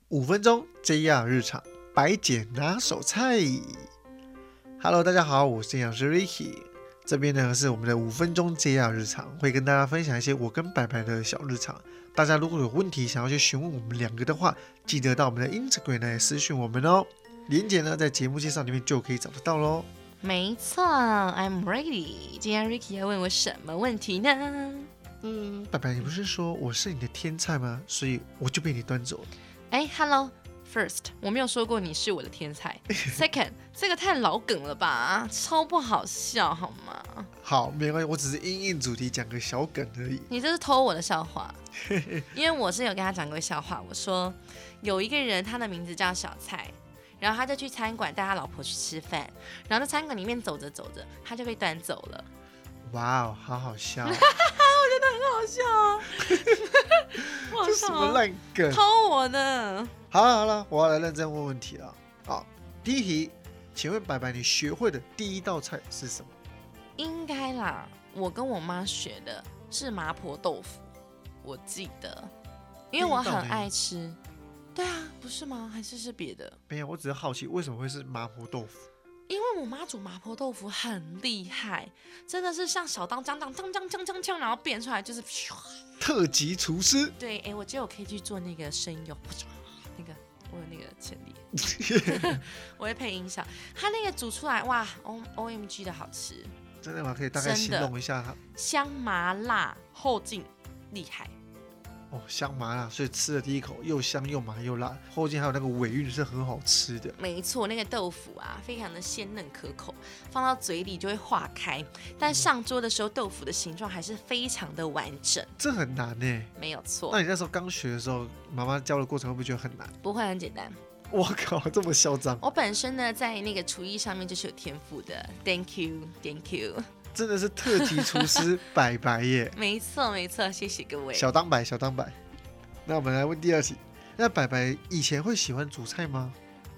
5分钟 JR 日常，白姐拿手菜。Hello， 大家好，我是营养师 Ricky。这边呢是我们的5分钟 JR 日常，会跟大家分享一些我跟白白的小日常。大家如果有问题想要去询问我们2个的话，记得到我们的 Instagram 来私讯我们哦。连结呢在节目介绍里面就可以找得到咯。 没错 ，I'm ready。今天 Ricky 要问我什么问题呢？ 白白，你不是说我是你的天菜吗？所以我就被你端走了。 Hello。First， 我没有说过你是我的天才。Second， 这个太老梗了吧，超不好笑好吗？ 好，没关系，我只是因应主题讲个小梗而已。 你这是偷我的笑话，因为我是有跟他讲过笑话。我说有一个人，他的名字叫小蔡，然后他就去餐馆带他老婆去吃饭，然后在餐馆里面走着走着，他就被端走了。 哇哦，好好笑！ 我觉得很好笑啊！ 这什么烂梗？ 偷我的。 好了，我要来认真问问题了。好，第一题，请问白白，你学会的第一道菜是什么？ 应该啦，我跟我妈学的是麻婆豆腐，我记得，因为我很爱吃。对啊，不是吗？还是别的？ 没有，我只是好奇为什么会是麻婆豆腐。 因为我妈煮麻婆豆腐很厉害，真的是像小当将，然后变出来就是特级厨师。 对，我觉得我可以去做那个声优，那个我有那个潜力，我会配音效。它那个煮出来，哇 ，OMG 的好吃。 真的吗？可以大概形容一下它？ 香麻辣后劲，厉害。 哦，香麻辣，所以吃了第一口又香又麻又辣，后劲还有那个尾韵是很好吃的。 没错，那个豆腐啊，非常的鲜嫩可口，放到嘴里就会化开，但上桌的时候豆腐的形状还是非常的完整。 这很难耶。 没有错。 那你那时候刚学的时候，妈妈教的过程会不会觉得很难？ 不会，很简单。 我靠，这么嚣张！ 我本身呢，在那个厨艺上面就是有天赋的。Thank you。 真的是特级厨师白白耶！ 没错，谢谢各位。 小当白。那我们来问第2题，那白白以前会喜欢煮菜吗？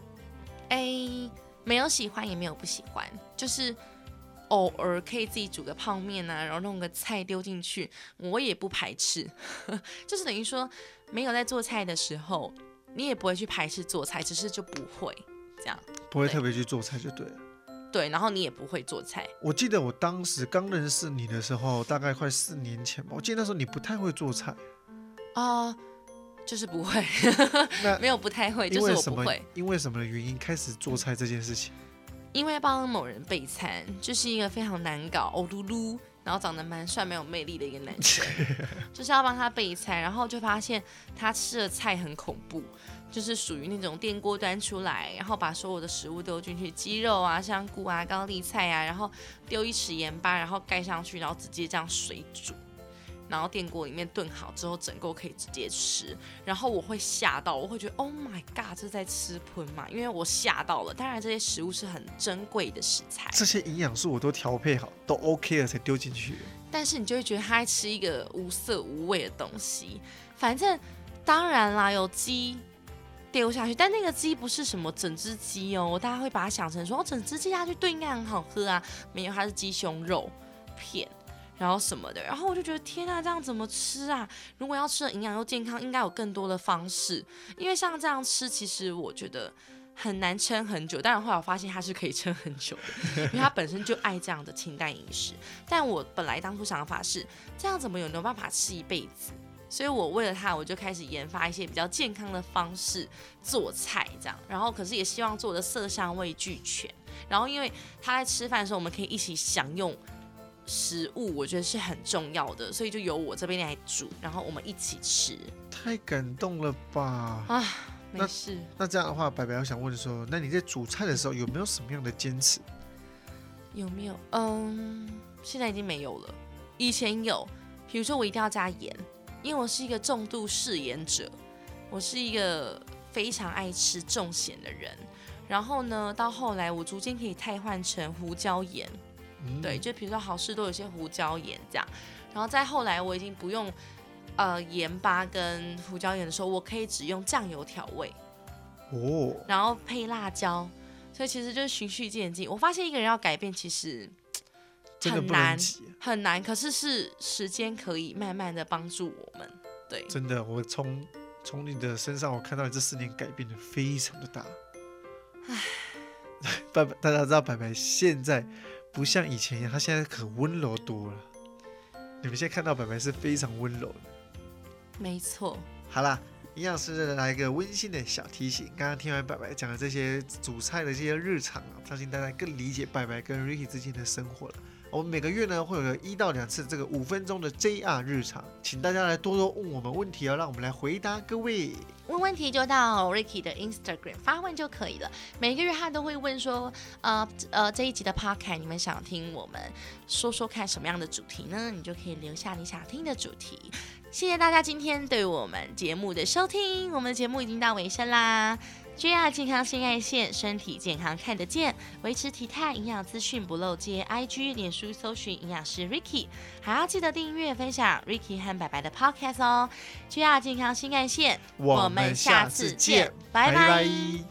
没有喜欢，也没有不喜欢，就是偶尔可以自己煮个泡面啊，然后弄个菜丢进去，我也不排斥。就是等于说，没有在做菜的时候，你也不会去排斥做菜，只是就不会这样， 不会特别去做菜就对了。 对，然后你也不会做菜。 我记得我当时刚认识你的时候，大概快4年前吧。我记得那时候你不太会做菜就是不会，没有不太会，就是我不会。 因为什么的原因开始做菜这件事情？ 因为帮某人备餐，就是一个非常难搞、欧噜噜，然后长得蛮帅、蛮有魅力的一个男生，就是要帮他备菜，然后就发现他吃的菜很恐怖。就是属于那种电锅端出来，然后把所有的食物丢进去，鸡肉啊、香菇啊、高丽菜啊，然后丢1匙盐巴，然后盖上去，然后直接这样水煮，然后电锅里面炖好之后，整锅可以直接吃。然后我会吓到，我会觉得 Oh my God， 这是在吃喷嘛？因为我吓到了。当然这些食物是很珍贵的食材， 这些营养素我都调配好，都 OK 了才丢进去。 但是你就会觉得他在吃一个无色无味的东西。反正当然啦，有鸡丢下去，但那个鸡不是什么整只鸡哦，大家会把它想成说整只鸡下去炖应该很好喝啊，没有，它是鸡胸肉片，然后什么的，然后我就觉得天啊，这样怎么吃啊？如果要吃的营养又健康，应该有更多的方式，因为像这样吃，其实我觉得很难撑很久。当然后来我发现它是可以撑很久的，因为它本身就爱这样的清淡饮食。但我本来当初想法是，这样怎么有没有办法吃一辈子？所以我为了他，我就开始研发一些比较健康的方式做菜，这样，然后可是也希望做的色香味俱全。然后因为他在吃饭的时候，我们可以一起享用食物，我觉得是很重要的，所以就由我这边来煮，然后我们一起吃。 太感动了吧！ 没事。 那这样的话，白白我想问说，那你在煮菜的时候有没有什么样的坚持？ 有没有？现在已经没有了。以前有，比如说我一定要加盐。因为我是一个重度嗜盐者，我是一个非常爱吃重咸的人。然后呢，到后来我逐渐可以替换成胡椒盐，对，就比如说好事多有些胡椒盐这样。然后再后来我已经不用盐巴跟胡椒盐的时候，我可以只用酱油调味，然后配辣椒，所以其实就是循序渐进。我发现一个人要改变，其实很难，可是时间可以慢慢的帮助我们。对， 真的，我从从你的身上我看到你这4年改变的非常的大。大家知道白白现在不像以前一样，他现在可温柔多了。你们现在看到白白是非常温柔的。 没错。 好啦，营养师来一个温馨的小提醒。刚刚听完白白讲的这些煮菜的这些日常啊，相信大家更理解白白跟 Ricky 之间的生活了。我们每个月呢会有1到2次这个5分钟的 JR 日常，请大家来多多问我们问题哦，让我们来回答各位。 问问题就到 Ricky 的 Instagram 发问就可以了。每个月他都会问说，这一集的 Podcast 你们想听我们说说看什么样的主题呢？你就可以留下你想听的主题。谢谢大家今天对我们节目的收听，我们的节目已经到尾声啦。JR 健康新爱线，身体健康看得见，维持体态营养资讯不漏接 IG 脸书搜寻营养师 Ricky， 还要记得订阅分享 Ricky 和白白的 Podcast 哦。JR 健康新爱线，我们下次见，拜拜。